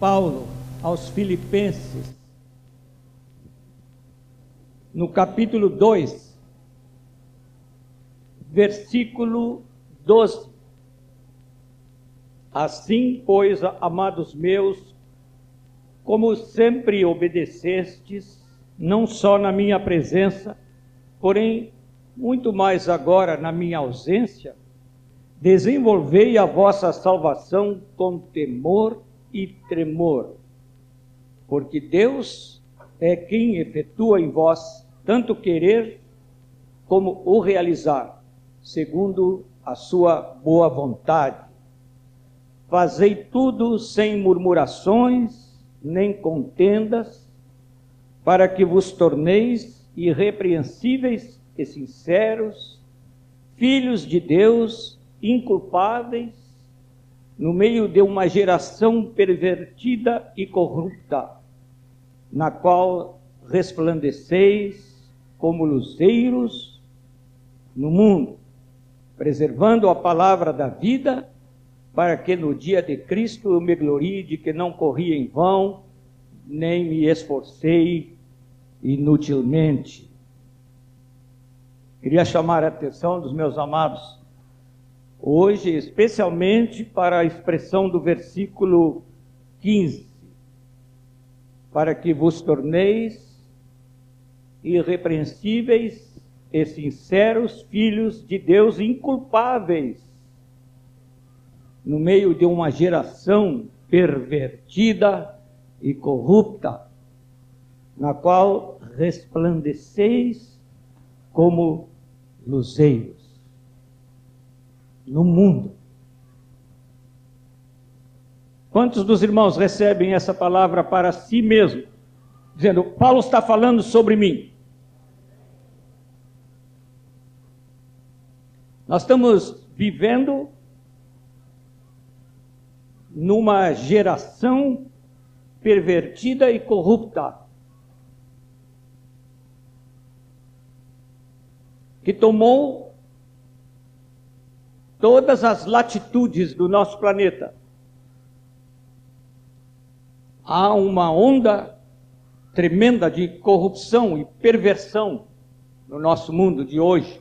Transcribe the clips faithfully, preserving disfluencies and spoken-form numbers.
Paulo aos Filipenses, no capítulo dois, versículo doze. Assim, pois, amados meus, como sempre obedecestes, não só na minha presença, porém, muito mais agora na minha ausência, desenvolvei a vossa salvação com temor e tremor, porque Deus é quem efetua em vós tanto querer como o realizar, segundo a sua boa vontade. Fazei tudo sem murmurações, nem contendas, para que vos torneis irrepreensíveis e sinceros, filhos de Deus, inculpáveis, no meio de uma geração pervertida e corrupta, na qual resplandeceis como luzeiros no mundo, preservando a palavra da vida, para que no dia de Cristo eu me glorie de que não corri em vão, nem me esforcei inutilmente. Queria chamar a atenção dos meus amados hoje, especialmente para a expressão do versículo quinze, para que vos torneis irrepreensíveis e sinceros filhos de Deus, inculpáveis, no meio de uma geração pervertida e corrupta, na qual resplandeceis como luzeiros no mundo. Quantos dos irmãos recebem essa palavra para si mesmo, dizendo, Paulo está falando sobre mim? Nós estamos vivendo numa geração pervertida e corrupta, que tomou todas as latitudes do nosso planeta. Há uma onda tremenda de corrupção e perversão no nosso mundo de hoje.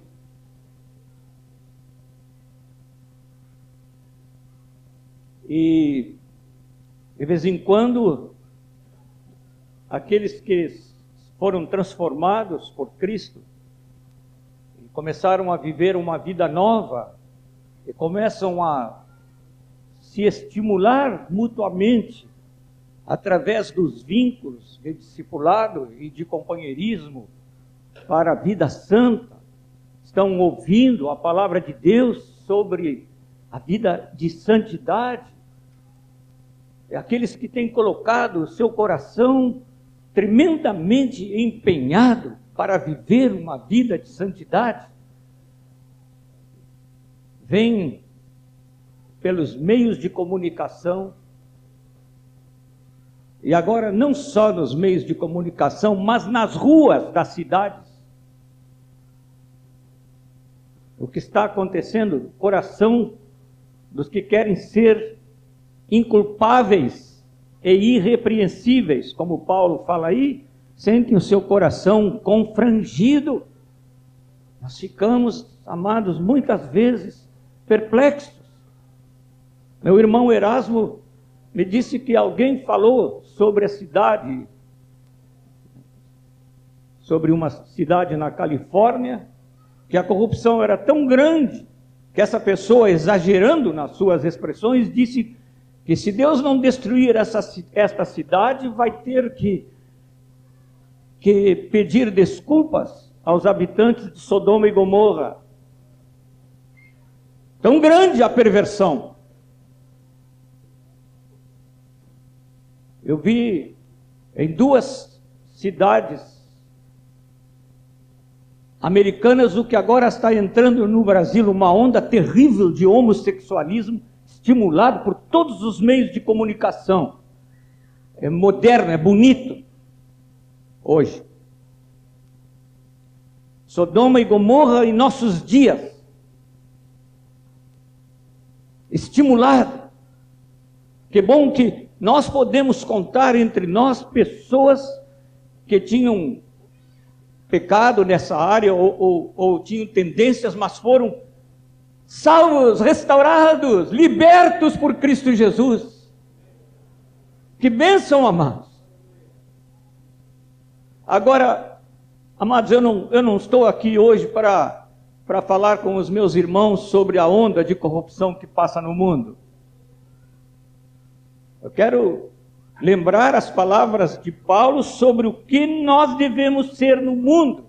E, de vez em quando, aqueles que foram transformados por Cristo e começaram a viver uma vida nova, e começam a se estimular mutuamente através dos vínculos de discipulado e de companheirismo para a vida santa, estão ouvindo a palavra de Deus sobre a vida de santidade. Aqueles que têm colocado o seu coração tremendamente empenhado para viver uma vida de santidade, vêm pelos meios de comunicação, e agora não só nos meios de comunicação, mas nas ruas das cidades. O que está acontecendo no coração dos que querem ser inculpáveis e irrepreensíveis, como Paulo fala aí, sentem o seu coração confrangido. Nós ficamos, amados, muitas vezes perplexos. Meu irmão Erasmo me disse que alguém falou sobre a cidade, sobre uma cidade na Califórnia, que a corrupção era tão grande, que essa pessoa, exagerando nas suas expressões, disse que se Deus não destruir essa, esta cidade, vai ter que, que pedir desculpas aos habitantes de Sodoma e Gomorra. Tão grande a perversão. Eu vi em duas cidades americanas o que agora está entrando no Brasil, uma onda terrível de homossexualismo, estimulado por todos os meios de comunicação. É moderno, é bonito hoje. Sodoma e Gomorra em nossos dias, estimulado. Que bom que Nós podemos contar entre nós pessoas que tinham pecado nessa área ou, ou, ou tinham tendências, mas foram salvos, restaurados, libertos por Cristo Jesus. Que bênção, amados. Agora, amados, eu não, eu não estou aqui hoje para, para falar com os meus irmãos sobre a onda de corrupção que passa no mundo. Eu quero lembrar as palavras de Paulo sobre o que nós devemos ser no mundo.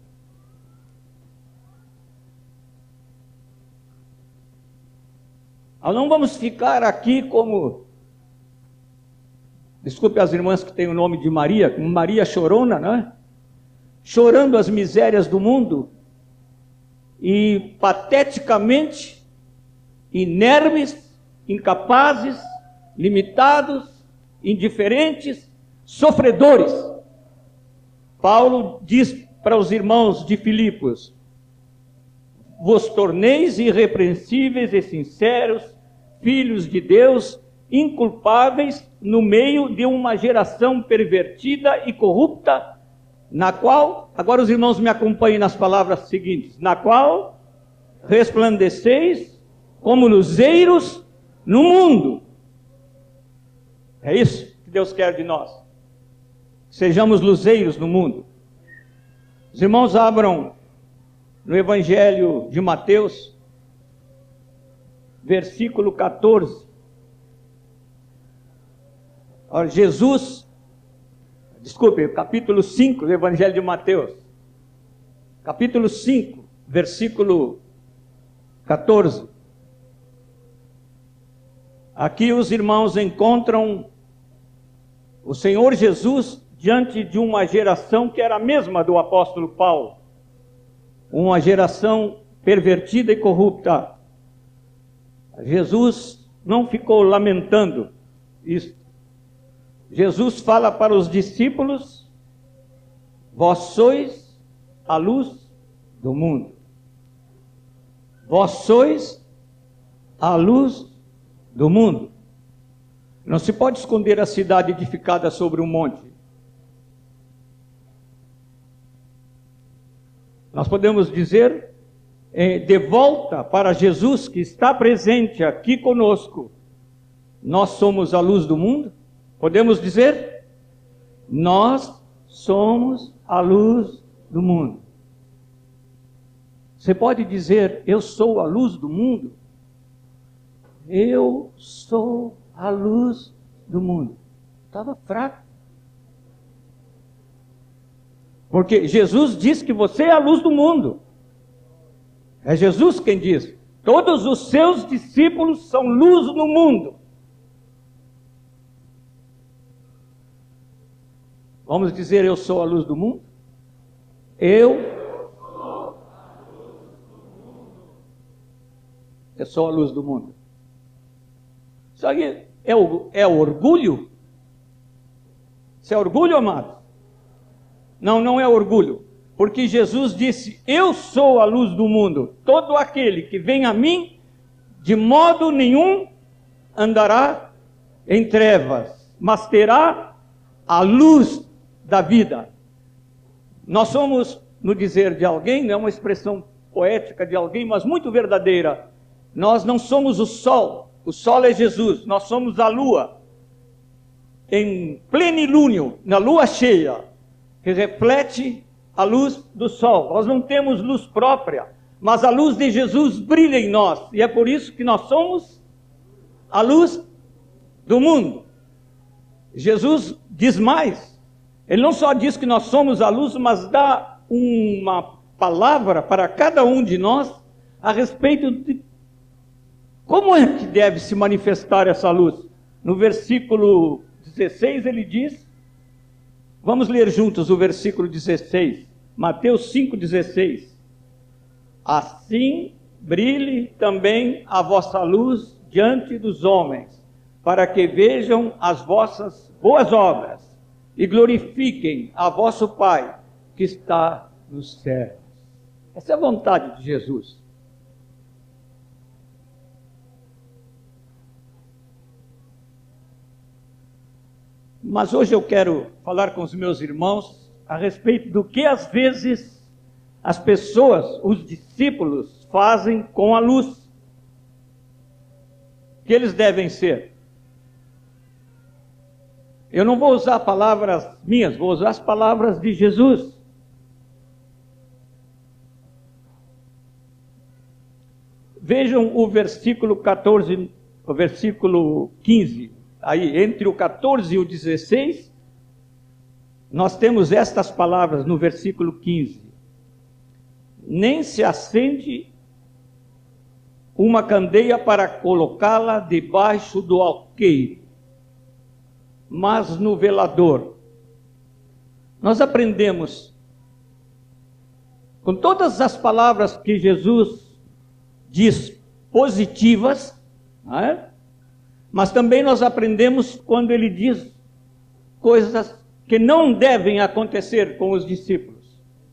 Nós não vamos ficar aqui como, desculpe as irmãs que têm o nome de Maria, como Maria chorona, né? Chorando as misérias do mundo e pateticamente inermes, incapazes, limitados, indiferentes, sofredores. Paulo diz para os irmãos de Filipos: vos torneis irrepreensíveis e sinceros, filhos de Deus, inculpáveis no meio de uma geração pervertida e corrupta, na qual, agora os irmãos me acompanhem nas palavras seguintes, na qual resplandeceis como luzeiros no mundo. É isso que Deus quer de nós. Sejamos luzeiros no mundo. Os irmãos abram no Evangelho de Mateus, versículo quatorze. Ora, Jesus, desculpe, capítulo cinco do Evangelho de Mateus. Capítulo cinco, versículo quatorze. Aqui os irmãos encontram o Senhor Jesus diante de uma geração que era a mesma do apóstolo Paulo. Uma geração pervertida e corrupta. Jesus não ficou lamentando isso. Jesus fala para os discípulos: vós sois a luz do mundo. Vós sois a luz do mundo. Não se pode esconder a cidade edificada sobre um monte. Nós podemos dizer, eh, de volta para Jesus, que está presente aqui conosco, nós somos a luz do mundo? Podemos dizer? Nós somos a luz do mundo. Você pode dizer: eu sou a luz do mundo? Eu sou a luz do mundo. Estava fraco. Porque Jesus diz que você é a luz do mundo. É Jesus quem diz. Todos os seus discípulos são luz no mundo. Vamos dizer: eu sou a luz do mundo? Eu Eu sou a luz do mundo. Isso aí é, o, é orgulho? Isso é orgulho, amado? Não, não é orgulho. Porque Jesus disse: eu sou a luz do mundo. Todo aquele que vem a mim, de modo nenhum andará em trevas, mas terá a luz da vida. Nós somos, no dizer de alguém, não é uma expressão poética de alguém, mas muito verdadeira. Nós não somos o sol. O sol é Jesus. Nós somos a lua. Em plenilúnio, na lua cheia, que reflete a luz do sol. Nós não temos luz própria, mas a luz de Jesus brilha em nós. E é por isso que nós somos a luz do mundo. Jesus diz mais. Ele não só diz que nós somos a luz, mas dá uma palavra para cada um de nós a respeito de como é que deve se manifestar essa luz. No versículo dezesseis ele diz, vamos ler juntos o versículo dezesseis, Mateus cinco, dezesseis. Assim brilhe também a vossa luz diante dos homens, para que vejam as vossas boas obras e glorifiquem a vosso Pai que está nos céus. Essa é a vontade de Jesus. Mas hoje eu quero falar com os meus irmãos a respeito do que às vezes as pessoas, os discípulos, fazem com a luz. Que eles devem ser. Eu não vou usar palavras minhas, vou usar as palavras de Jesus. Vejam o versículo quatorze, o versículo quinze. Aí, entre o quatorze e o dezesseis, nós temos estas palavras no versículo quinze. Nem se acende uma candeia para colocá-la debaixo do alqueire, mas no velador. Nós aprendemos, com todas as palavras que Jesus diz positivas, não é? Mas também nós aprendemos quando ele diz coisas que não devem acontecer com os discípulos.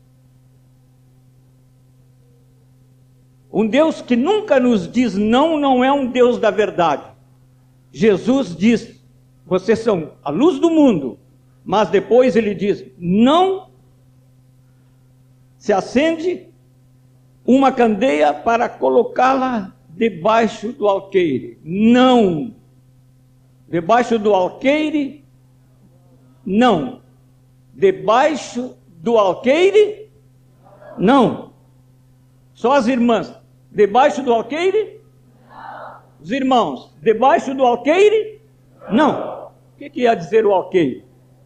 Um Deus que nunca nos diz não, não é um Deus da verdade. Jesus diz, vocês são a luz do mundo, mas depois ele diz, não se acende uma candeia para colocá-la debaixo do alqueire. Não. Debaixo do alqueire, não. Debaixo do alqueire, não. Só as irmãs. Debaixo do alqueire? Não. Os irmãos. Debaixo do alqueire? Não. O que, que ia dizer o alqueire?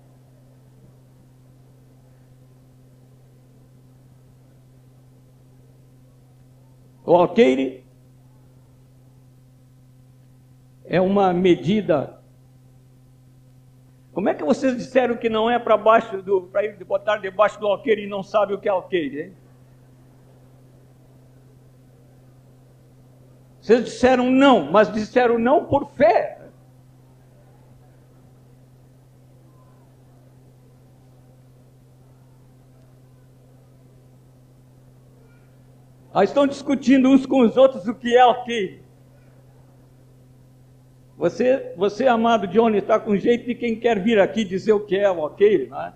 O alqueire é uma medida. Como é que vocês disseram que não é para baixo do, para ir botar debaixo do alqueire e não sabe o que é alqueire, hein? Vocês disseram não, mas disseram não por fé. Ah, estão discutindo uns com os outros o que é alqueire. Você, você, amado Johnny, está com jeito de quem quer vir aqui dizer o que é o alqueire, não é?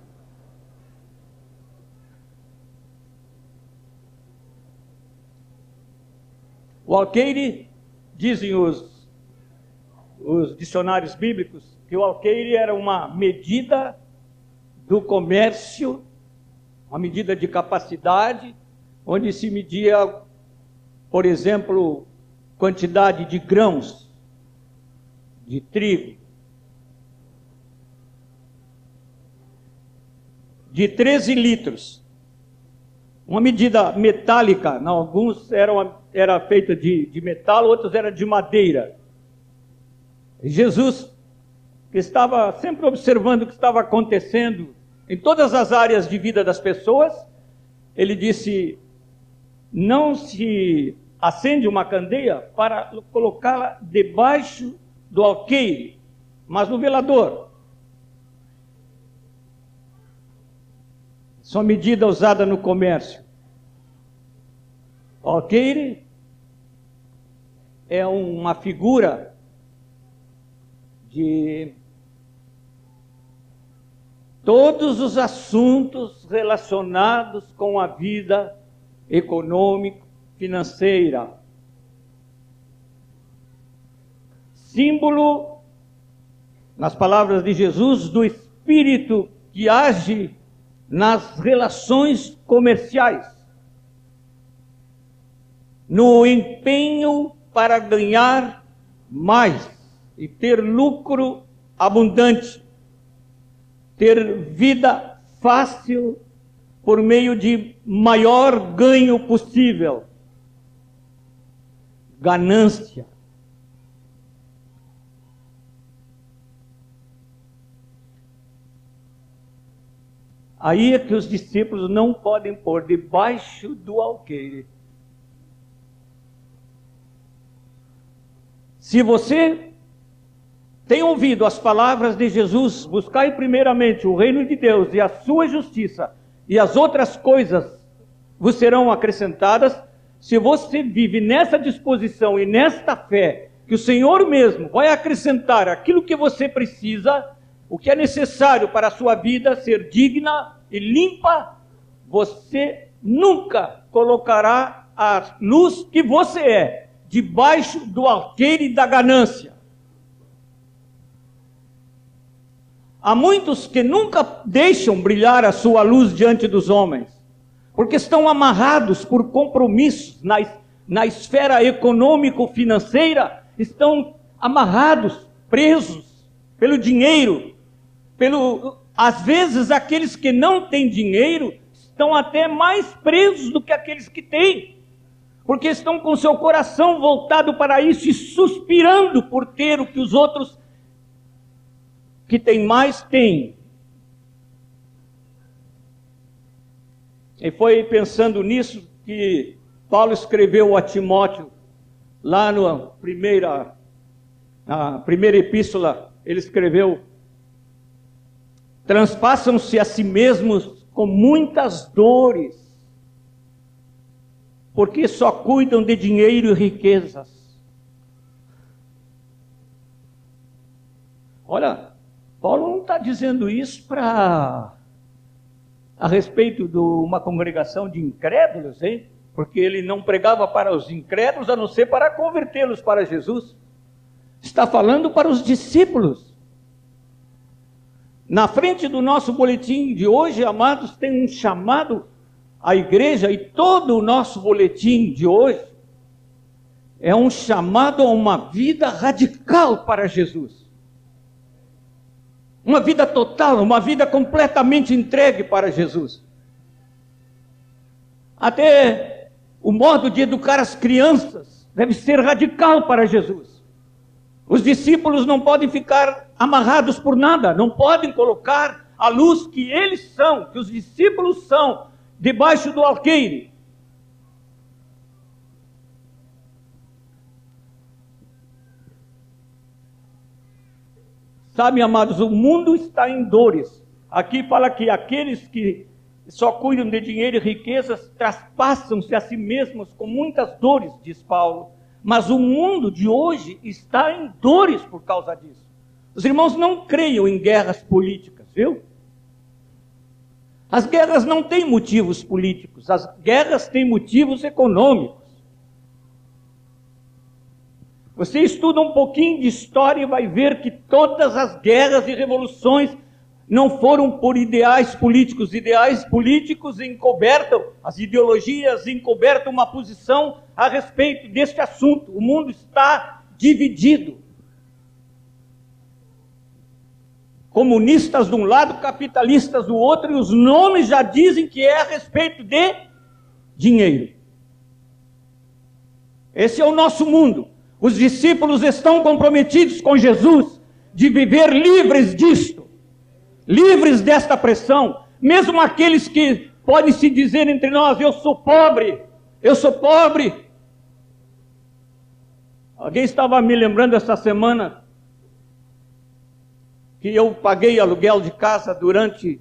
O alqueire, dizem os, os dicionários bíblicos, que o alqueire era uma medida do comércio, uma medida de capacidade, onde se media, por exemplo, quantidade de grãos de trigo, de treze litros. Uma medida metálica, não, alguns eram era feita de, de metal, outros eram de madeira. E Jesus, que estava sempre observando o que estava acontecendo em todas as áreas de vida das pessoas, ele disse, não se acende uma candeia para colocá-la debaixo do alqueire, mas no velador. Só medida usada no comércio. O alqueire é uma figura de todos os assuntos relacionados com a vida econômica, financeira. Símbolo, nas palavras de Jesus, do Espírito que age nas relações comerciais, no empenho para ganhar mais e ter lucro abundante, ter vida fácil por meio de maior ganho possível, ganância. Aí é que os discípulos não podem pôr debaixo do alqueire. Se você tem ouvido as palavras de Jesus, buscai primeiramente o reino de Deus e a sua justiça, e as outras coisas vos serão acrescentadas. Se você vive nessa disposição e nesta fé, que o Senhor mesmo vai acrescentar aquilo que você precisa, o que é necessário para a sua vida ser digna e limpa, você nunca colocará a luz que você é debaixo do alqueire da ganância. Há muitos que nunca deixam brilhar a sua luz diante dos homens, porque estão amarrados por compromissos na, na esfera econômico-financeira, estão amarrados, presos pelo dinheiro, pelo, às vezes aqueles que não têm dinheiro estão até mais presos do que aqueles que têm, porque estão com seu coração voltado para isso e suspirando por ter o que os outros que têm mais têm. E foi pensando nisso que Paulo escreveu a Timóteo, lá na primeira, na primeira epístola, ele escreveu: transpassam-se a si mesmos com muitas dores, porque só cuidam de dinheiro e riquezas. Olha, Paulo não está dizendo isso para a respeito de uma congregação de incrédulos, hein? Porque ele não pregava para os incrédulos, a não ser para convertê-los para Jesus. Está falando para os discípulos. Na frente do nosso boletim de hoje, amados, tem um chamado à igreja, e todo o nosso boletim de hoje é um chamado a uma vida radical para Jesus. Uma vida total, uma vida completamente entregue para Jesus. Até o modo de educar as crianças deve ser radical para Jesus. Os discípulos não podem ficar amarrados por nada, não podem colocar a luz que eles são, que os discípulos são, debaixo do alqueire. Sabe, amados, o mundo está em dores. Aqui fala que aqueles que só cuidam de dinheiro e riquezas traspassam-se a si mesmos com muitas dores, diz Paulo. Mas o mundo de hoje está em dores por causa disso. Os irmãos não creiam em guerras políticas, viu? As guerras não têm motivos políticos, as guerras têm motivos econômicos. Você estuda um pouquinho de história e vai ver que todas as guerras e revoluções não foram por ideais políticos. Ideais políticos encobertam, as ideologias encobertam uma posição a respeito deste assunto. O mundo está dividido. Comunistas de um lado, capitalistas do outro, e os nomes já dizem que é a respeito de dinheiro. Esse é o nosso mundo. Os discípulos estão comprometidos com Jesus de viver livres disto, livres desta pressão. Mesmo aqueles que podem se dizer entre nós: eu sou pobre, eu sou pobre. Alguém estava me lembrando essa semana que eu paguei aluguel de casa durante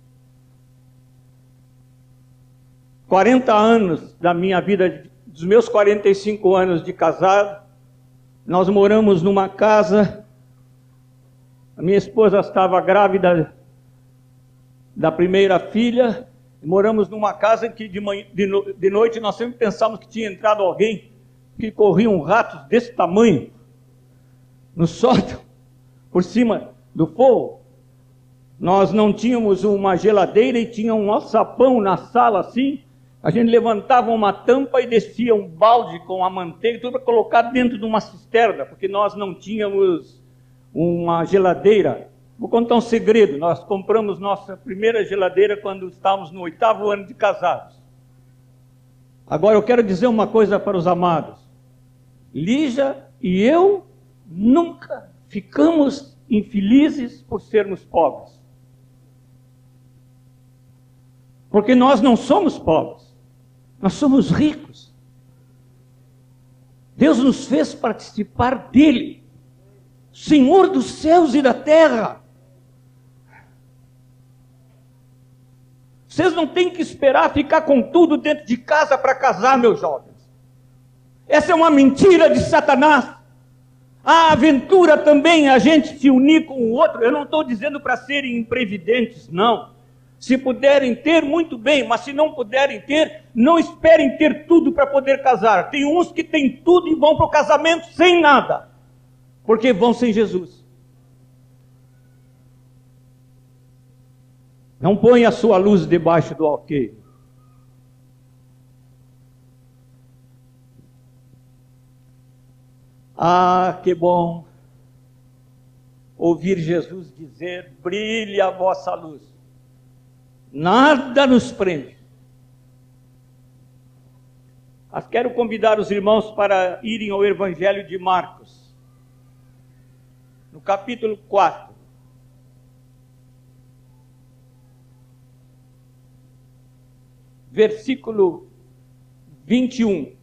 quarenta anos da minha vida, dos meus quarenta e cinco anos de casado. Nós moramos numa casa, a minha esposa estava grávida da primeira filha, e moramos numa casa que de, manhã, de, no, de noite nós sempre pensávamos que tinha entrado alguém, que corriam ratos desse tamanho, no sótão, por cima do fogo. Nós não tínhamos uma geladeira e tinha um alçapão na sala assim. A gente levantava uma tampa e descia um balde com a manteiga, tudo para colocar dentro de uma cisterna, porque nós não tínhamos uma geladeira. Vou contar um segredo: nós compramos nossa primeira geladeira quando estávamos no oitavo ano de casados. Agora eu quero dizer uma coisa para os amados. Lígia e eu nunca ficamos infelizes por sermos pobres. Porque nós não somos pobres. Nós somos ricos. Deus nos fez participar dele, Senhor dos céus e da terra. Vocês não têm que esperar ficar com tudo dentro de casa para casar, meus jovens. Essa é uma mentira de Satanás. A aventura também, a gente se unir com o outro. Eu não estou dizendo para serem imprevidentes, não. Se puderem ter, muito bem, mas se não puderem ter, não esperem ter tudo para poder casar. Tem uns que têm tudo e vão para o casamento sem nada, porque vão sem Jesus. Não ponha a sua luz debaixo do alqueire. Ah, que bom ouvir Jesus dizer: brilhe a vossa luz. Nada nos prende. Mas quero convidar os irmãos para irem ao Evangelho de Marcos, no capítulo quatro. Versículo vinte e um.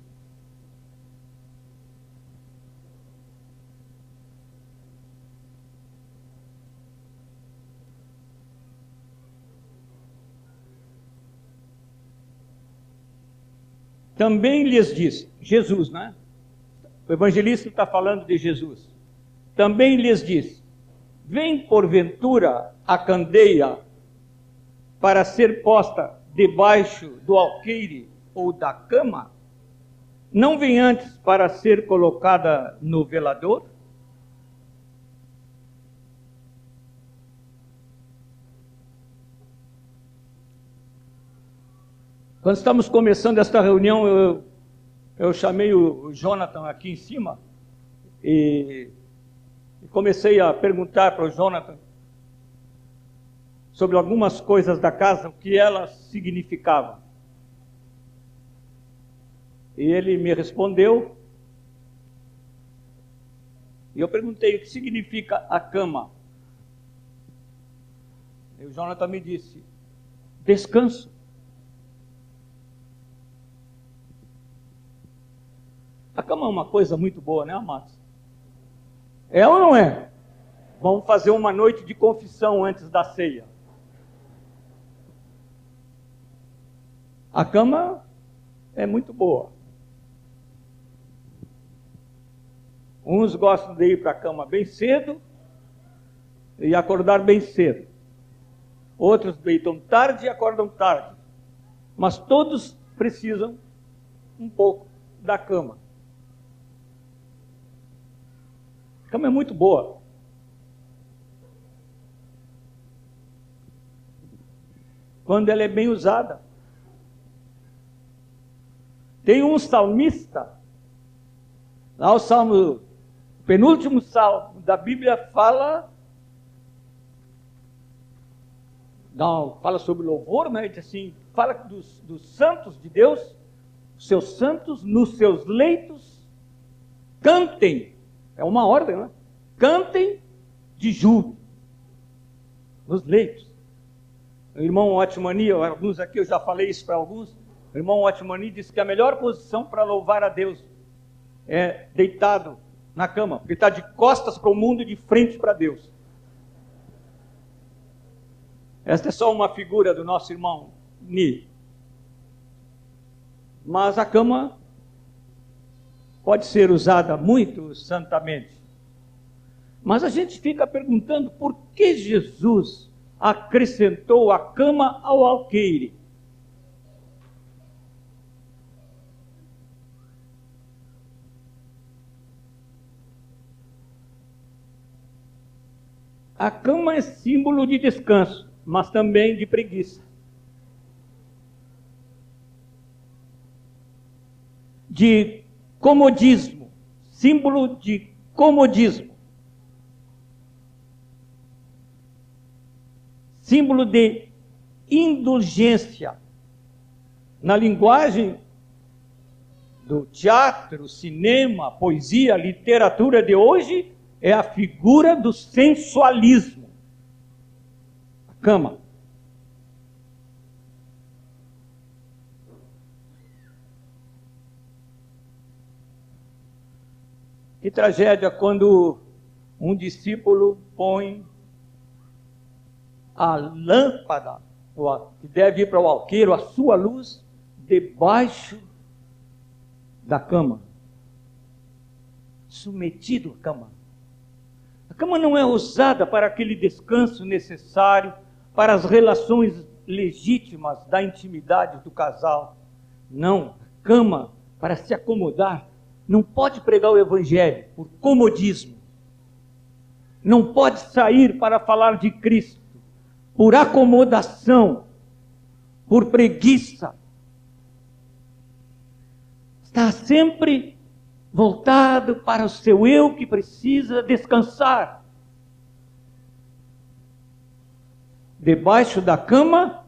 Também lhes disse, Jesus, né? O evangelista está falando de Jesus. Também lhes disse: vem porventura a candeia para ser posta debaixo do alqueire ou da cama? Não vem antes para ser colocada no velador? Quando estamos começando esta reunião, eu, eu chamei o Jonathan aqui em cima e, e comecei a perguntar para o Jonathan sobre algumas coisas da casa, o que elas significavam. E ele me respondeu, e eu perguntei: o que significa a cama? E o Jonathan me disse: descanso. A cama é uma coisa muito boa, né, amados? É ou não é? Vamos fazer uma noite de confissão antes da ceia. A cama é muito boa. Uns gostam de ir para a cama bem cedo e acordar bem cedo. Outros deitam tarde e acordam tarde. Mas todos precisam um pouco da cama. A cama é muito boa. Quando ela é bem usada. Tem um salmista, lá o salmo, o penúltimo salmo da Bíblia fala, não, fala sobre louvor, né? Diz assim, fala dos, dos santos de Deus, seus santos nos seus leitos cantem. É uma ordem, né? Cantem de júbilo nos leitos. O irmão Otmani, alguns aqui, eu já falei isso para alguns. O irmão Otmani disse que a melhor posição para louvar a Deus é deitado na cama, porque está de costas para o mundo e de frente para Deus. Esta é só uma figura do nosso irmão Ni. Mas a cama pode ser usada muito santamente. Mas a gente fica perguntando por que Jesus acrescentou a cama ao alqueire. A cama é símbolo de descanso, mas também de preguiça. De comodismo, símbolo de comodismo. Símbolo de indulgência. Na linguagem do teatro, cinema, poesia, literatura de hoje, é a figura do sensualismo. A cama. Que tragédia quando um discípulo põe a lâmpada, que deve ir para o alqueiro, a sua luz, debaixo da cama. submetido à cama. A cama não é usada para aquele descanso necessário para as relações legítimas da intimidade do casal. Não, a cama para se acomodar. Não pode pregar o evangelho por comodismo. Não pode sair para falar de Cristo por acomodação, por preguiça. Está sempre voltado para o seu eu que precisa descansar. Debaixo da cama?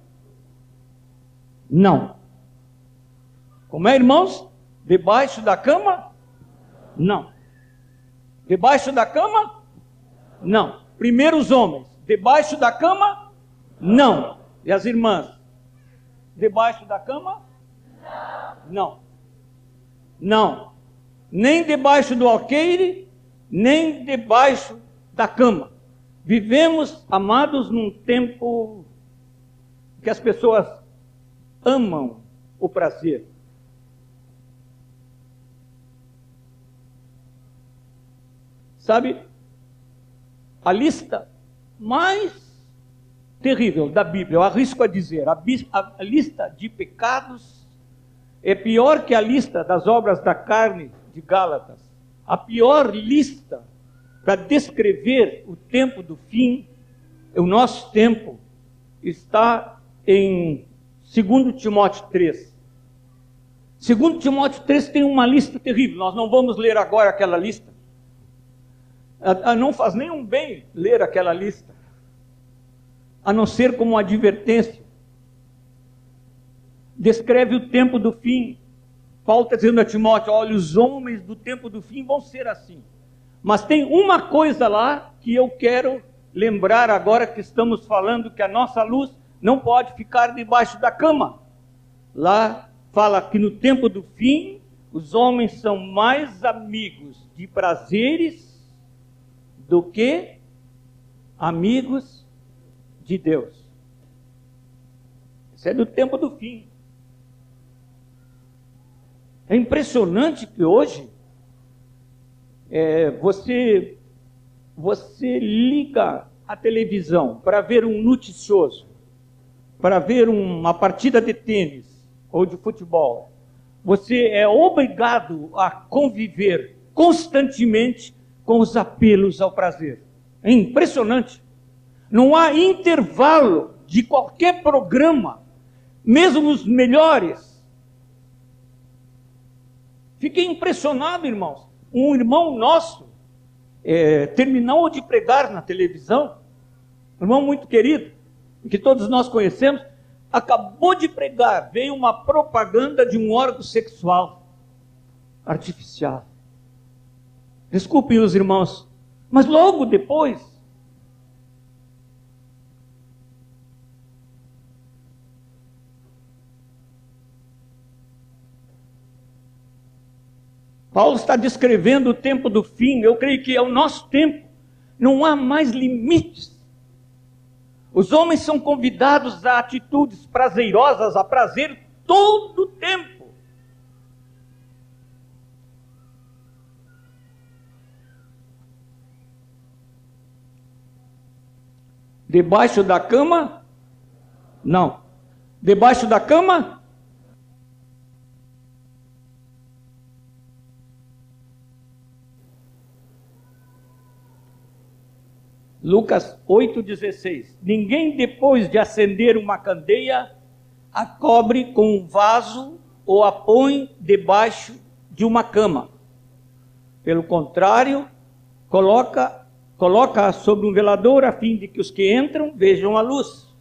Não. Como é, irmãos? Debaixo da cama? Não. Debaixo da cama? Não. Primeiro os homens. Debaixo da cama? Não. E as irmãs? Debaixo da cama? Não. Não. Nem debaixo do alqueire, nem debaixo da cama. Vivemos, amados, num tempo que as pessoas amam o prazer. Sabe, a lista mais terrível da Bíblia, eu arrisco a dizer, a, a, a lista de pecados é pior que a lista das obras da carne de Gálatas. A pior lista para descrever o tempo do fim, o nosso tempo, está em segundo Timóteo três. segundo Timóteo três tem uma lista terrível. Nós não vamos ler agora aquela lista. Não faz nenhum bem ler aquela lista, a não ser como advertência. Descreve o tempo do fim. Paulo está dizendo a Timóteo, olha, os homens do tempo do fim vão ser assim. Mas tem uma coisa lá que eu quero lembrar agora que estamos falando, que a nossa luz não pode ficar debaixo da cama. Lá fala que no tempo do fim, os homens são mais amigos de prazeres do que amigos de Deus. Isso é do tempo do fim. É impressionante que hoje é, você, você liga a televisão para ver um noticioso, para ver uma partida de tênis ou de futebol. Você é obrigado a conviver constantemente com os apelos ao prazer. É impressionante. Não há intervalo de qualquer programa, mesmo os melhores. Fiquei impressionado, irmãos. Um irmão nosso é, terminou de pregar na televisão, um irmão muito querido, que todos nós conhecemos, acabou de pregar, veio uma propaganda de um órgão sexual artificial. Desculpem os irmãos, mas logo depois, Paulo está descrevendo o tempo do fim. Eu creio que é o nosso tempo. Não há mais limites. Os homens são convidados a atitudes prazerosas, a prazer todo o tempo. Debaixo da cama? Não. Debaixo da cama? Lucas oito, dezesseis. Ninguém, depois de acender uma candeia, a cobre com um vaso ou a põe debaixo de uma cama. Pelo contrário, coloca, coloca sobre um velador a fim de que os que entram vejam a luz.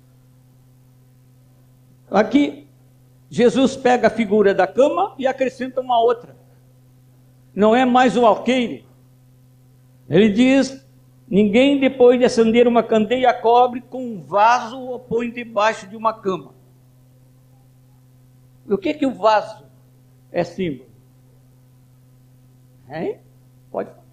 Aqui, Jesus pega a figura da cama e acrescenta uma outra. Não é mais o alqueire. Ele diz... Ninguém, depois de acender uma candeia, cobre com um vaso ou põe debaixo de uma cama. O que que o vaso é símbolo? Hein? Pode falar.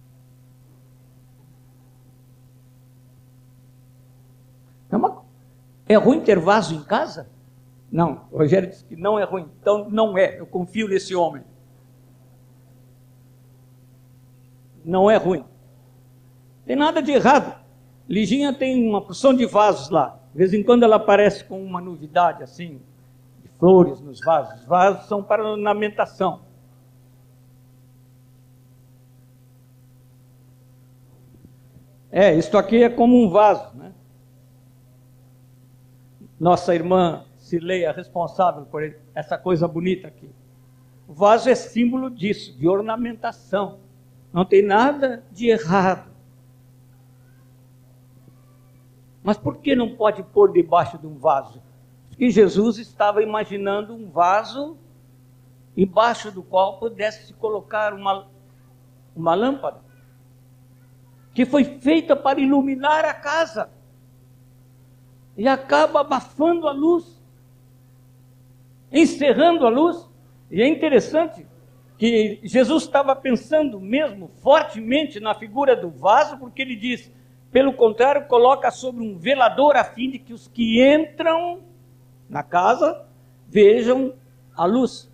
É, uma... é ruim ter vaso em casa? Não, o Rogério disse que não é ruim. Então não é, eu confio nesse homem. não é ruim. Tem nada de errado. Liginha tem uma porção de vasos lá. De vez em quando ela aparece com uma novidade assim, de flores nos vasos. Os vasos são para ornamentação. É, isto aqui é como um vaso, né? Nossa irmã Cirlei é responsável por essa coisa bonita aqui. O vaso é símbolo disso, de ornamentação. Não tem nada de errado. Mas por que não pode pôr debaixo de um vaso? Porque Jesus estava imaginando um vaso embaixo do qual pudesse se colocar uma, uma lâmpada, que foi feita para iluminar a casa, e acaba abafando a luz, encerrando a luz. E é interessante que Jesus estava pensando mesmo fortemente na figura do vaso, porque ele diz, pelo contrário, coloca sobre um velador a fim de que os que entram na casa vejam a luz.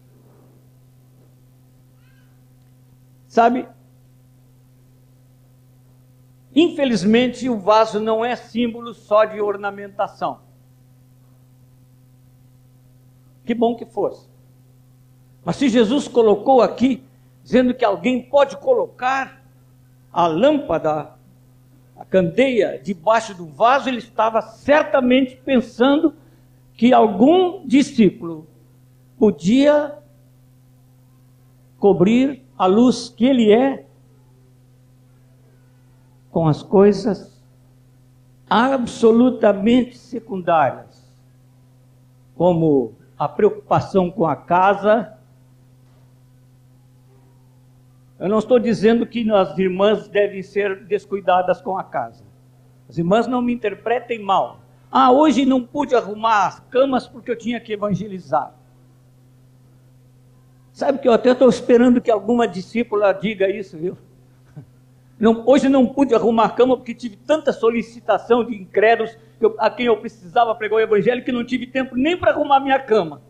Sabe, infelizmente o vaso não é símbolo só de ornamentação. Que bom que fosse. Mas se Jesus colocou aqui, dizendo que alguém pode colocar a lâmpada, a candeia, debaixo do vaso, ele estava certamente pensando que algum discípulo podia cobrir a luz que ele é com as coisas absolutamente secundárias, como a preocupação com a casa. Eu não estou dizendo que as irmãs devem ser descuidadas com a casa. As irmãs não me interpretem mal. Ah, hoje não pude arrumar as camas porque eu tinha que evangelizar. Sabe que eu até estou esperando que alguma discípula diga isso, viu? Não, hoje não pude arrumar a cama porque tive tanta solicitação de incrédulos que eu, a quem eu precisava pregar o evangelho, que não tive tempo nem para arrumar minha cama.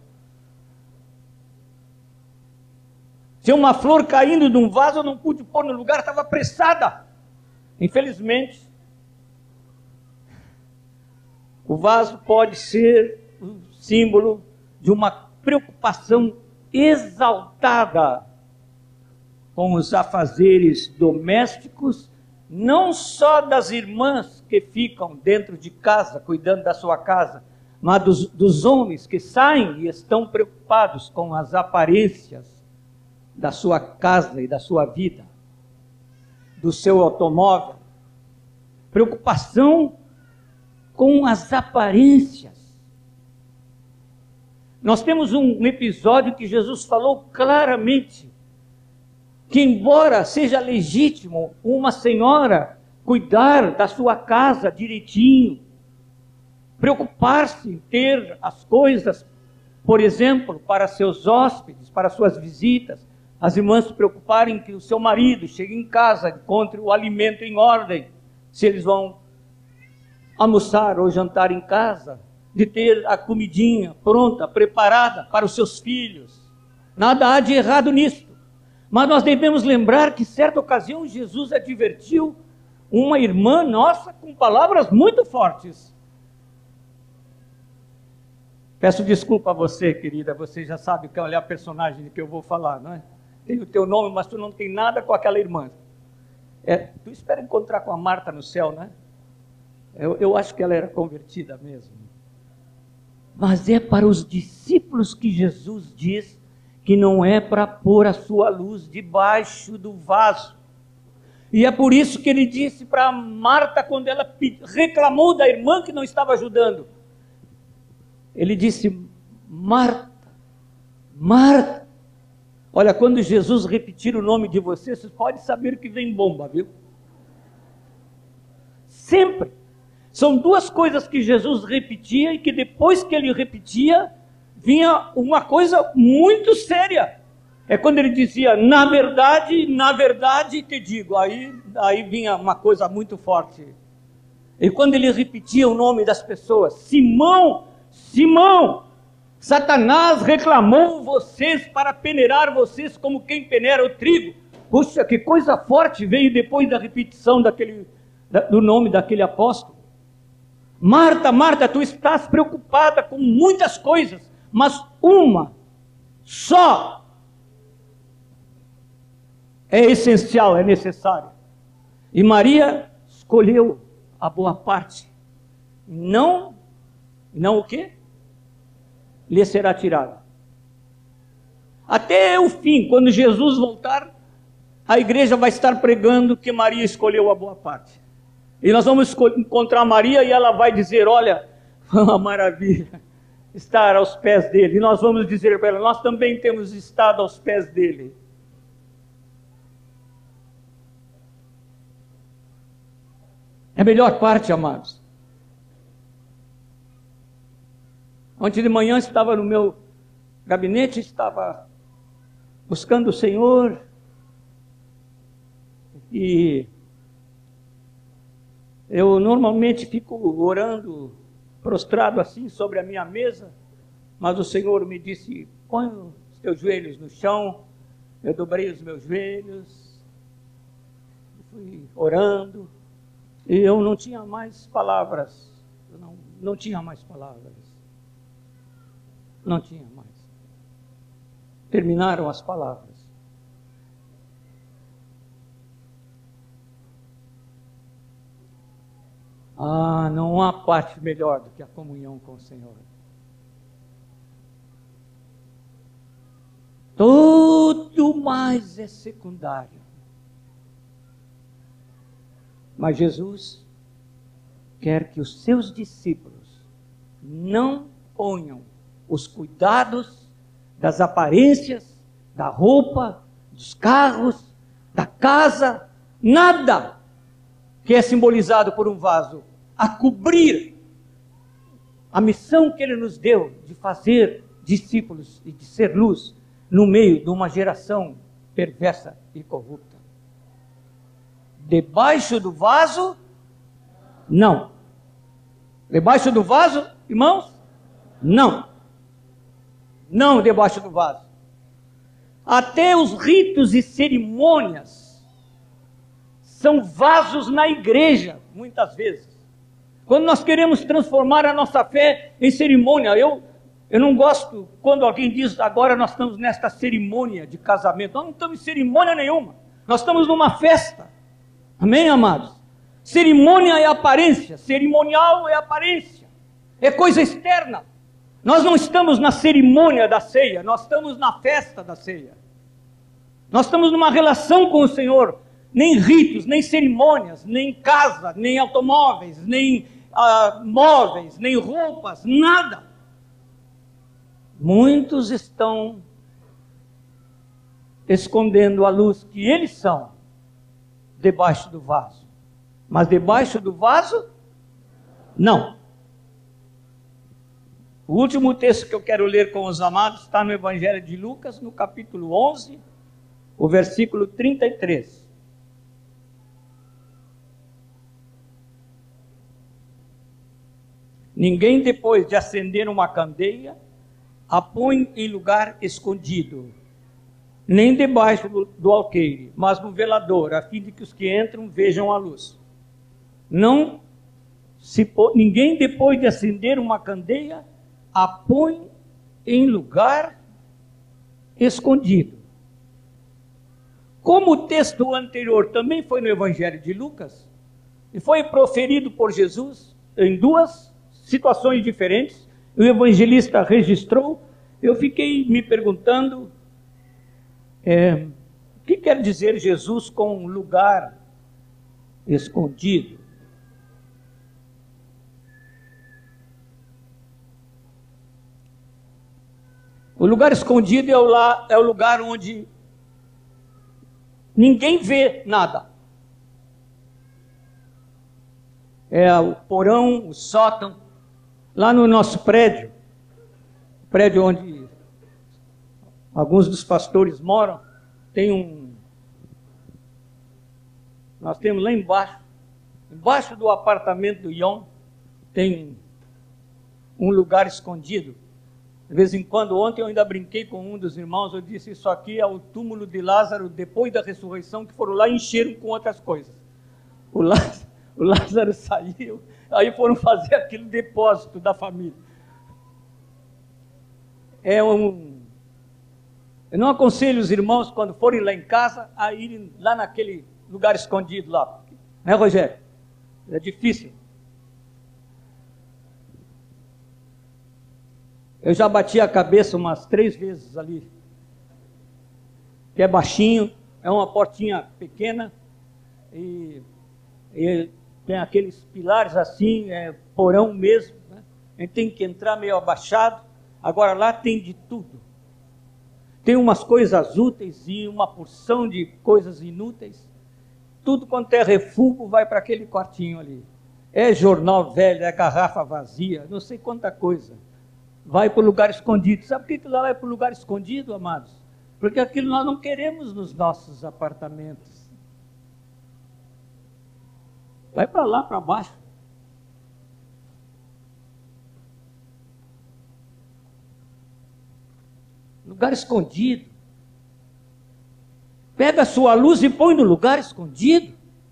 Se uma flor caindo de um vaso, eu não pude pôr no lugar, estava apressada. Infelizmente, o vaso pode ser um símbolo de uma preocupação exaltada com os afazeres domésticos, não só das irmãs que ficam dentro de casa, cuidando da sua casa, mas dos, dos homens que saem e estão preocupados com as aparências da sua casa e da sua vida, do seu automóvel. Preocupação com as aparências. Nós temos um episódio que Jesus falou claramente que, embora seja legítimo uma senhora cuidar da sua casa direitinho, preocupar-se em ter as coisas, por exemplo, para seus hóspedes, para suas visitas, as irmãs se preocuparem que o seu marido chegue em casa, encontre o alimento em ordem, se eles vão almoçar ou jantar em casa, de ter a comidinha pronta, preparada para os seus filhos. Nada há de errado nisso. Mas nós devemos lembrar que, certa ocasião, Jesus advertiu uma irmã nossa com palavras muito fortes. Peço desculpa a você, querida, você já sabe qual é a personagem de que eu vou falar, não é? Tem o teu nome, mas tu não tem nada com aquela irmã. É, tu espera encontrar com a Marta no céu, né? Eu, eu acho que ela era convertida mesmo. Mas é para os discípulos que Jesus diz que não é para pôr a sua luz debaixo do vaso. E é por isso que ele disse para Marta, quando ela reclamou da irmã que não estava ajudando. Ele disse: Marta, Marta. Olha, quando Jesus repetir o nome de você, vocês podem saber que vem bomba, viu? Sempre. São duas coisas que Jesus repetia e que depois que ele repetia, vinha uma coisa muito séria. É quando ele dizia, na verdade, na verdade te digo. Aí, aí vinha uma coisa muito forte. E quando ele repetia o nome das pessoas, Simão, Simão, Satanás reclamou vocês para peneirar vocês como quem peneira o trigo. Puxa, que coisa forte veio depois da repetição daquele, da, do nome daquele apóstolo. Marta, Marta, tu estás preocupada com muitas coisas, mas uma só é essencial, é necessária. E Maria escolheu a boa parte. Não, não o quê? Lhe será tirada. Até o fim, quando Jesus voltar, a igreja vai estar pregando que Maria escolheu a boa parte. E nós vamos encontrar Maria e ela vai dizer, olha, uma maravilha, estar aos pés dele. E nós vamos dizer para ela, nós também temos estado aos pés dele. É a melhor parte, amados. Ontem de manhã estava no meu gabinete, estava buscando o Senhor e eu normalmente fico orando, prostrado assim sobre a minha mesa, mas o Senhor me disse, põe os teus joelhos no chão. Eu dobrei os meus joelhos, fui orando, e eu não tinha mais palavras, eu não, não tinha mais palavras, não tinha mais. Terminaram as palavras. Ah, não há parte melhor do que a comunhão com o Senhor. Tudo mais é secundário. Mas Jesus quer que os seus discípulos não ponham os cuidados das aparências, da roupa, dos carros, da casa, nada que é simbolizado por um vaso, a cobrir a missão que Ele nos deu de fazer discípulos e de ser luz no meio de uma geração perversa e corrupta. Debaixo do vaso, não. Debaixo do vaso, irmãos? Não. Não debaixo do vaso. Até os ritos e cerimônias são vasos na igreja, muitas vezes. Quando nós queremos transformar a nossa fé em cerimônia, eu, eu não gosto quando alguém diz, agora nós estamos nesta cerimônia de casamento. Nós não estamos em cerimônia nenhuma. Nós estamos numa festa. Amém, amados? Cerimônia é aparência, cerimonial é aparência. É coisa externa. Nós não estamos na cerimônia da ceia, nós estamos na festa da ceia. Nós estamos numa relação com o Senhor. Nem ritos, nem cerimônias, nem casa, nem automóveis, nem ah, móveis, nem roupas, nada. Muitos estão escondendo a luz que eles são debaixo do vaso. Mas debaixo do vaso, não. O último texto que eu quero ler com os amados está no Evangelho de Lucas, no capítulo onze, o versículo trinta e três. Ninguém, depois de acender uma candeia, a põe em lugar escondido, nem debaixo do, do alqueire, mas no velador, a fim de que os que entram vejam a luz. Não se ninguém, depois de acender uma candeia, a põe em lugar escondido. Como o texto anterior também foi no Evangelho de Lucas, e foi proferido por Jesus em duas situações diferentes, o evangelista registrou, eu fiquei me perguntando, é, o que quer dizer Jesus com lugar escondido? O lugar escondido é o, lá, é o lugar onde ninguém vê nada. É o porão, o sótão. Lá no nosso prédio, prédio onde alguns dos pastores moram, tem um... Nós temos lá embaixo, embaixo do apartamento do Ion, tem um lugar escondido. De vez em quando, ontem eu ainda brinquei com um dos irmãos, eu disse, isso aqui é o túmulo de Lázaro depois da ressurreição, que foram lá e encheram com outras coisas. O Lázaro, o Lázaro saiu, aí foram fazer aquele depósito da família. É um... Eu não aconselho os irmãos, quando forem lá em casa, a irem lá naquele lugar escondido lá. Né, Rogério? É difícil. Eu já bati a cabeça umas três vezes ali. Que é baixinho, é uma portinha pequena e, e tem aqueles pilares assim, é porão mesmo, né? A gente tem que entrar meio abaixado. Agora lá tem de tudo. Tem umas coisas úteis e uma porção de coisas inúteis. Tudo quanto é refúgio vai para aquele quartinho ali. É jornal velho, é garrafa vazia, não sei quanta coisa. Vai para o lugar escondido. Sabe por que lá vai para o lugar escondido, amados? Porque aquilo nós não queremos nos nossos apartamentos. Vai para lá, para baixo. Lugar escondido. Pega a sua luz e põe no lugar escondido.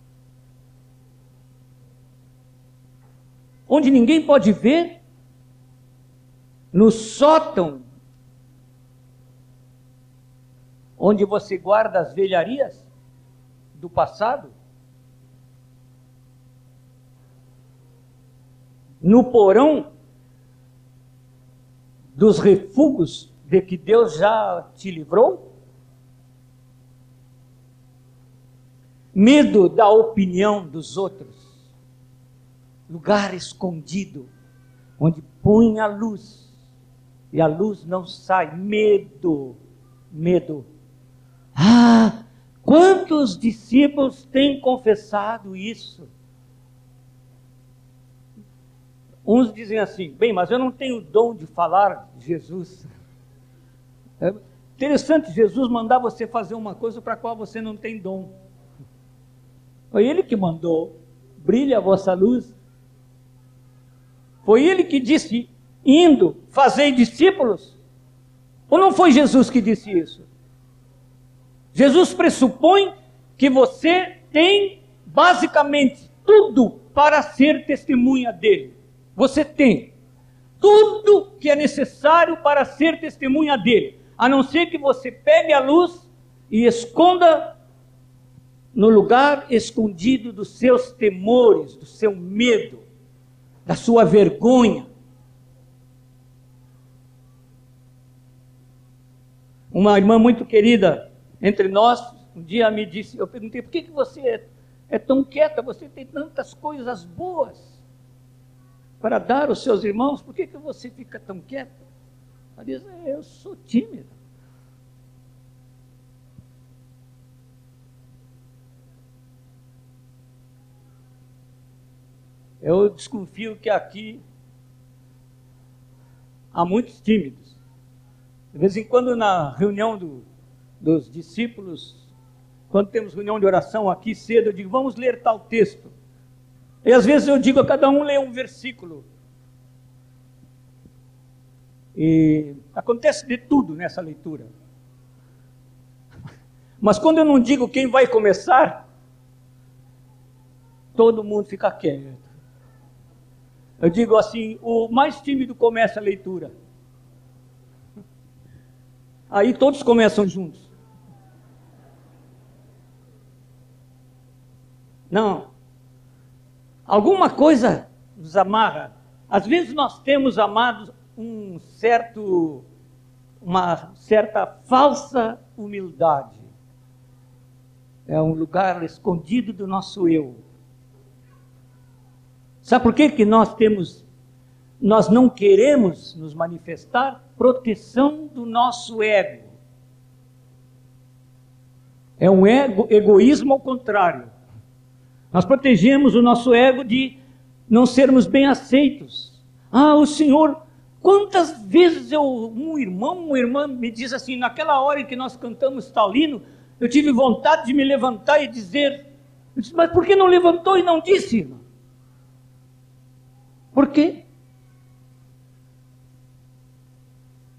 Onde ninguém pode ver. No sótão. Onde você guarda as velharias do passado. No porão dos refúgios de que Deus já te livrou? Medo da opinião dos outros. Lugar escondido, onde põe a luz, e a luz não sai. Medo, medo. Ah, quantos discípulos têm confessado isso? Uns dizem assim, bem, mas eu não tenho dom de falar de Jesus. É interessante, Jesus mandar você fazer uma coisa para a qual você não tem dom. Foi Ele que mandou, brilha a vossa luz. Foi Ele que disse, indo, fazei discípulos. Ou não foi Jesus que disse isso? Jesus pressupõe que você tem, basicamente, tudo para ser testemunha dele. Você tem tudo que é necessário para ser testemunha dele. A não ser que você pegue a luz e esconda no lugar escondido dos seus temores, do seu medo, da sua vergonha. Uma irmã muito querida entre nós, um dia me disse, eu perguntei, por que, que você é, é tão quieta? Você tem tantas coisas boas para dar aos seus irmãos, por que, que você fica tão quieta? Ela diz, eu sou tímida. Eu desconfio que aqui há muitos tímidos. De vez em quando na reunião do, dos discípulos, quando temos reunião de oração aqui cedo, eu digo, vamos ler tal texto. E às vezes eu digo a cada um, lê um versículo. E acontece de tudo nessa leitura. Mas quando eu não digo quem vai começar, todo mundo fica quieto. Eu digo assim, o mais tímido começa a leitura. Aí todos começam juntos. Não. Alguma coisa nos amarra. Às vezes nós temos, amados, um certo, uma certa falsa humildade. É um lugar escondido do nosso eu. Sabe por que que nós temos, nós não queremos nos manifestar? Proteção do nosso ego. É um ego, egoísmo ao contrário. Nós protegemos o nosso ego de não sermos bem aceitos. Ah, o Senhor, quantas vezes eu, um irmão, uma irmã me diz assim, naquela hora em que nós cantamos Taulino, eu tive vontade de me levantar e dizer, eu disse, mas por que não levantou e não disse, irmão? Por quê?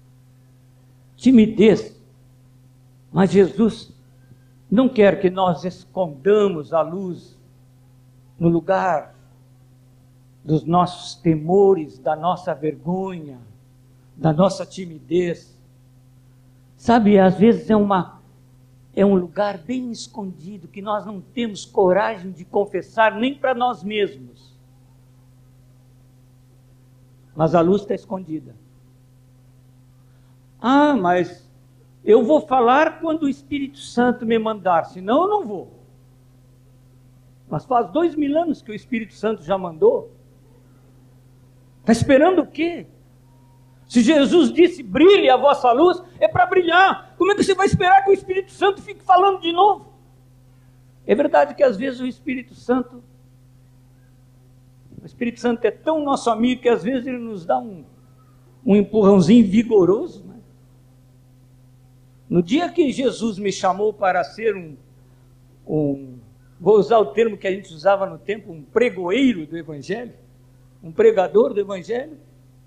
timidez. Mas Jesus não quer que nós escondamos a luz no lugar dos nossos temores, da nossa vergonha, da nossa timidez. Sabe, às vezes é, uma, é um lugar bem escondido, que nós não temos coragem de confessar nem para nós mesmos. Mas a luz está escondida. Ah, mas eu vou falar quando o Espírito Santo me mandar, senão eu não vou. Mas faz dois mil anos que o Espírito Santo já mandou. Está esperando o quê? Se Jesus disse, brilhe a vossa luz, é para brilhar. Como é que você vai esperar que o Espírito Santo fique falando de novo? É verdade que às vezes o Espírito Santo, o Espírito Santo é tão nosso amigo que às vezes ele nos dá um, um empurrãozinho vigoroso, né? No dia que Jesus me chamou para ser um, um, vou usar o termo que a gente usava no tempo, um pregoeiro do Evangelho, um pregador do Evangelho,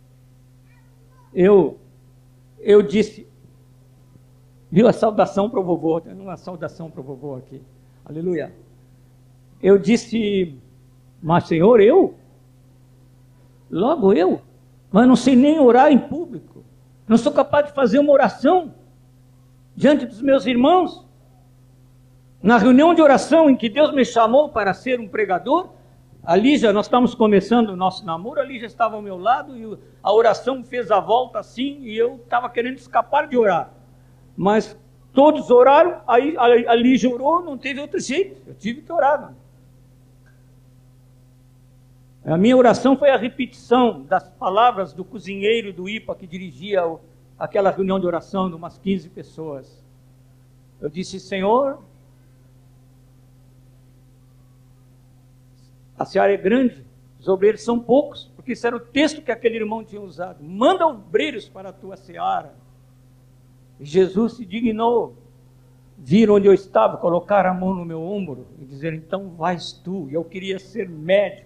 eu, eu disse, viu a saudação para o vovô, tem uma saudação para o vovô aqui, aleluia. Eu disse, mas Senhor, eu? Logo eu? Mas não sei nem orar em público, não sou capaz de fazer uma oração diante dos meus irmãos. Na reunião de oração em que Deus me chamou para ser um pregador, a Lígia, nós estávamos começando o nosso namoro, a Lígia estava ao meu lado e a oração fez a volta assim e eu estava querendo escapar de orar. Mas todos oraram, aí a Lígia orou, não teve outro jeito, eu tive que orar. Não. A minha oração foi a repetição das palavras do cozinheiro do I P A que dirigia o, aquela reunião de oração de umas quinze pessoas. Eu disse, Senhor, a seara é grande, os obreiros são poucos, porque esse era o texto que aquele irmão tinha usado. Manda obreiros para a tua seara. E Jesus se dignou, vir onde eu estava, colocar a mão no meu ombro e dizer, então vais tu. E eu queria ser médico.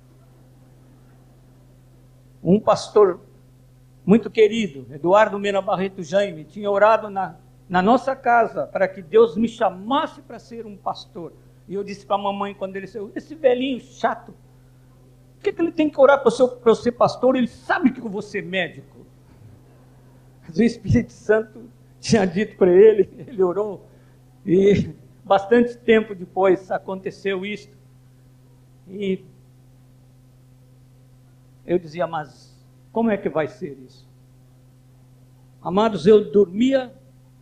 Um pastor muito querido, Eduardo Mena Barreto Jaime, tinha orado na, na nossa casa para que Deus me chamasse para ser um pastor. E eu disse para a mamãe, quando ele saiu, esse velhinho chato, por que, que ele tem que orar para eu ser pastor? Ele sabe que eu vou ser médico. Mas o Espírito Santo tinha dito para ele, ele orou, e bastante tempo depois aconteceu isso. E eu dizia, mas como é que vai ser isso? Amados, eu dormia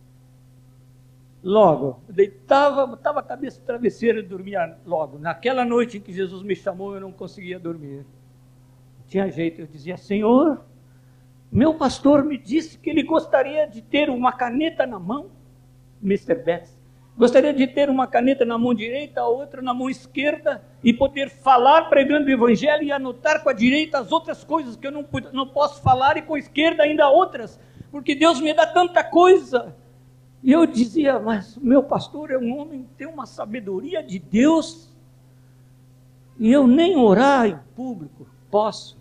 logo, eu deitava, botava a cabeça no travesseiro e dormia logo. Naquela noite em que Jesus me chamou, eu não conseguia dormir. Não tinha jeito, eu dizia, Senhor, meu pastor me disse que ele gostaria de ter uma caneta na mão, mister Betts, gostaria de ter uma caneta na mão direita, a outra na mão esquerda, e poder falar pregando o Evangelho e anotar com a direita as outras coisas que eu não, não posso falar, e com a esquerda ainda outras, porque Deus me dá tanta coisa. E eu dizia, mas meu pastor é um homem que tem uma sabedoria de Deus, e eu nem orar em público posso.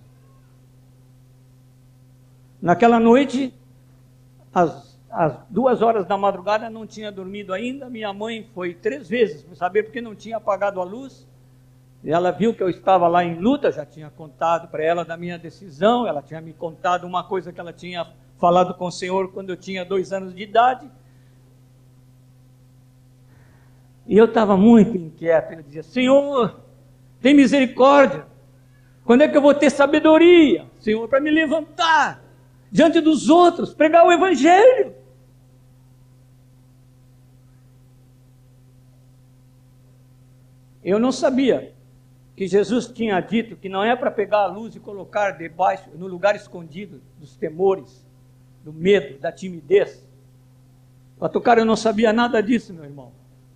Naquela noite, às, às duas horas da madrugada, não tinha dormido ainda, minha mãe foi três vezes para saber porque não tinha apagado a luz, e ela viu que eu estava lá em luta, já tinha contado para ela da minha decisão, ela tinha me contado uma coisa que ela tinha falado com o Senhor quando eu tinha dois anos de idade, e eu estava muito inquieto, eu dizia, Senhor, tem misericórdia, quando é que eu vou ter sabedoria, Senhor, para me levantar diante dos outros, pregar o Evangelho? Eu não sabia que Jesus tinha dito que não é para pegar a luz e colocar debaixo, no lugar escondido dos temores, do medo, da timidez. Para tocar eu não sabia nada disso, meu irmão.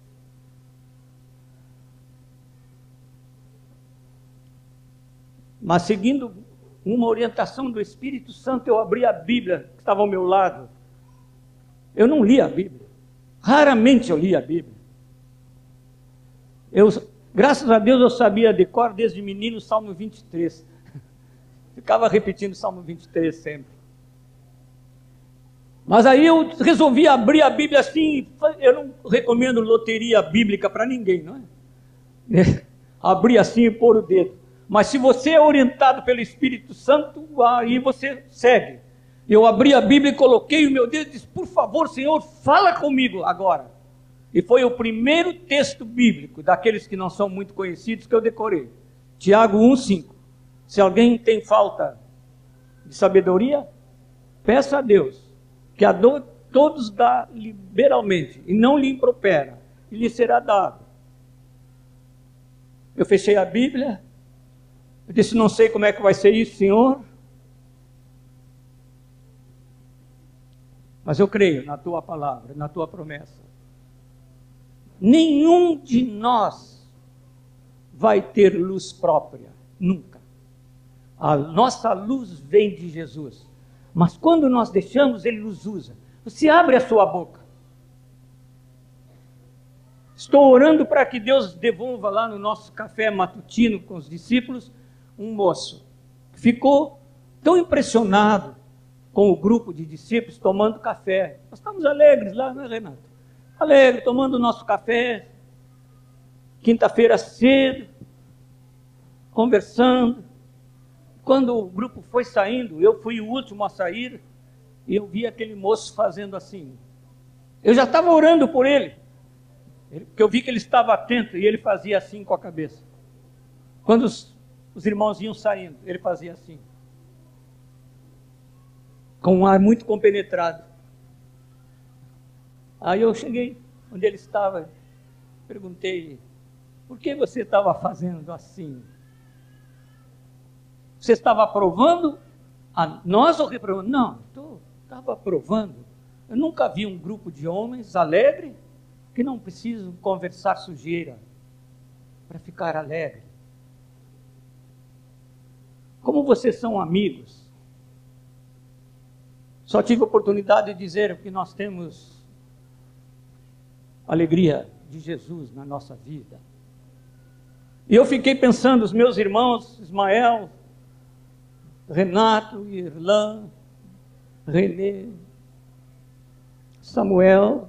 Mas seguindo uma orientação do Espírito Santo, eu abri a Bíblia que estava ao meu lado. Eu não li a Bíblia. Raramente eu li a Bíblia. Eu, graças a Deus eu sabia de cor desde menino o Salmo vinte e três. Ficava repetindo o Salmo vinte e três sempre. Mas aí eu resolvi abrir a Bíblia assim. Eu não recomendo loteria bíblica para ninguém, não é? Abrir assim e pôr o dedo. Mas se você é orientado pelo Espírito Santo, aí você segue. Eu abri a Bíblia e coloquei o meu dedo e disse: por favor, Senhor, fala comigo agora. E foi o primeiro texto bíblico, daqueles que não são muito conhecidos, que eu decorei. Tiago um, cinco. Se alguém tem falta de sabedoria, peça a Deus, que a do, todos dá liberalmente, e não lhe impropera, e lhe será dado. Eu fechei a Bíblia, eu disse: não sei como é que vai ser isso, Senhor, mas eu creio na tua palavra, na tua promessa. Nenhum de nós vai ter luz própria, nunca. A nossa luz vem de Jesus, mas quando nós deixamos, Ele nos usa. Você abre a sua boca. Estou orando para que Deus devolva lá no nosso café matutino com os discípulos um moço que ficou tão impressionado com o grupo de discípulos tomando café. Nós estamos alegres lá, não é, Renato? Alegre, tomando o nosso café, quinta-feira cedo, conversando. Quando o grupo foi saindo, eu fui o último a sair, e eu vi aquele moço fazendo assim. Eu já estava orando por ele, porque eu vi que ele estava atento, e ele fazia assim com a cabeça. Quando os, os irmãos iam saindo, ele fazia assim, com um ar muito compenetrado. Aí eu cheguei onde ele estava, perguntei: por que você estava fazendo assim? Você estava aprovando a nós ou reprovando? Não, eu estava aprovando. Eu nunca vi um grupo de homens alegre que não precisam conversar sujeira para ficar alegre. Como vocês são amigos, só tive a oportunidade de dizer que nós temos alegria de Jesus na nossa vida. E eu fiquei pensando, os meus irmãos, Ismael, Renato, Irlã, Renê, Samuel,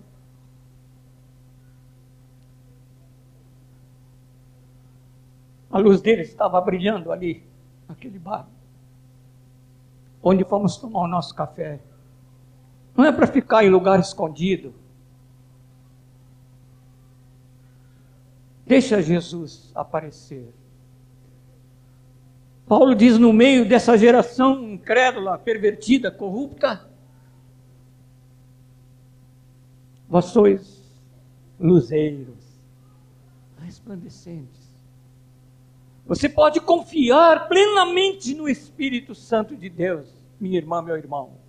a luz deles estava brilhando ali, naquele bar, onde fomos tomar o nosso café. Não é para ficar em lugar escondido. Deixa Jesus aparecer. Paulo diz: no meio dessa geração incrédula, pervertida, corrupta, vós sois luzeiros, resplandecentes. Você pode confiar plenamente no Espírito Santo de Deus, minha irmã, meu irmão.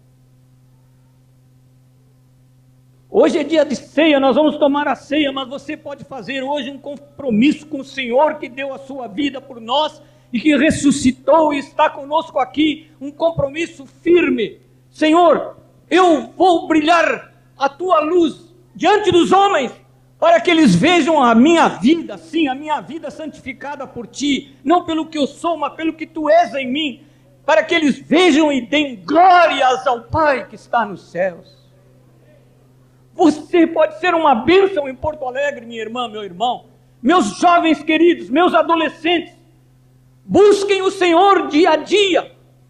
Hoje é dia de ceia, nós vamos tomar a ceia, mas você pode fazer hoje um compromisso com o Senhor que deu a sua vida por nós e que ressuscitou e está conosco aqui, um compromisso firme. Senhor, eu vou brilhar a tua luz diante dos homens, para que eles vejam a minha vida, sim, a minha vida santificada por ti, não pelo que eu sou, mas pelo que tu és em mim, para que eles vejam e deem glórias ao Pai que está nos céus. Você pode ser uma bênção em Porto Alegre, minha irmã, meu irmão. Meus jovens queridos, meus adolescentes, busquem o Senhor dia a dia.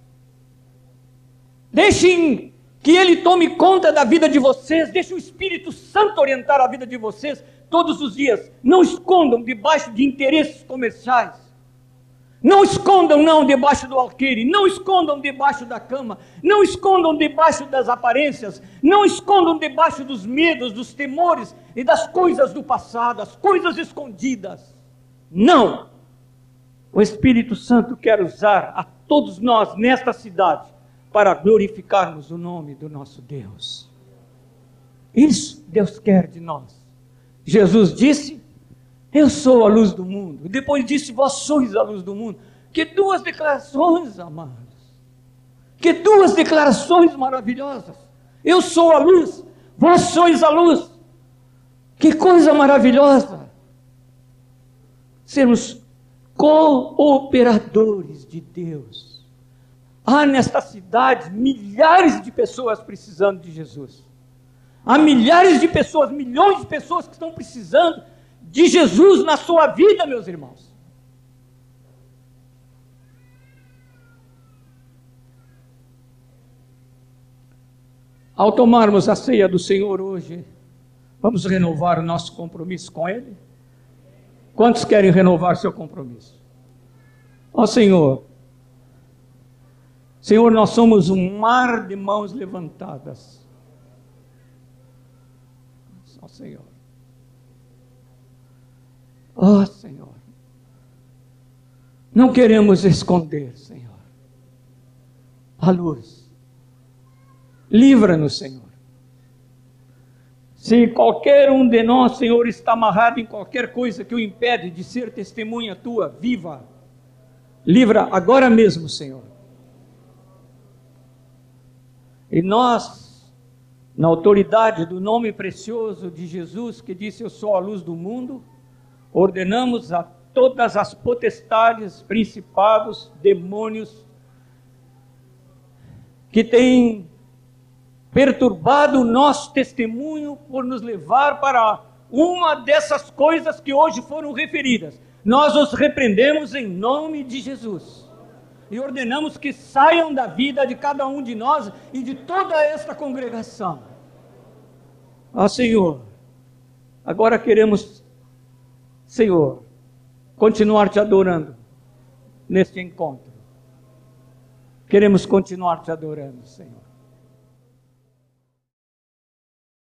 Deixem que Ele tome conta da vida de vocês. Deixem o Espírito Santo orientar a vida de vocês todos os dias. Não escondam debaixo de interesses comerciais. Não escondam não debaixo do alqueire, não escondam debaixo da cama, não escondam debaixo das aparências, não escondam debaixo dos medos, dos temores e das coisas do passado, as coisas escondidas. Não! O Espírito Santo quer usar a todos nós nesta cidade para glorificarmos o nome do nosso Deus. Isso Deus quer de nós. Jesus disse: eu sou a luz do mundo. E depois disse: vós sois a luz do mundo. Que duas declarações, amados. Que duas declarações maravilhosas. Eu sou a luz, vós sois a luz. Que coisa maravilhosa. Sermos cooperadores de Deus. Há nesta cidade milhares de pessoas precisando de Jesus. Há milhares de pessoas, milhões de pessoas que estão precisando de Jesus na sua vida, meus irmãos. Ao tomarmos a ceia do Senhor hoje, vamos renovar o nosso compromisso com Ele? Quantos querem renovar seu compromisso? Ó Senhor, Senhor, nós somos um mar de mãos levantadas. Ó Senhor. Ó Senhor. Não queremos esconder, Senhor, a luz. Livra-nos, Senhor. Se qualquer um de nós, Senhor, está amarrado em qualquer coisa que o impede de ser testemunha Tua, viva. Livra agora mesmo, Senhor. E nós, na autoridade do nome precioso de Jesus, que disse: eu sou a luz do mundo, ordenamos a todas as potestades, principados, demônios, que têm perturbado o nosso testemunho por nos levar para uma dessas coisas que hoje foram referidas. Nós os repreendemos em nome de Jesus. E ordenamos que saiam da vida de cada um de nós e de toda esta congregação. Ah, Senhor, agora queremos, Senhor, continuar te adorando neste encontro. Queremos continuar te adorando, Senhor.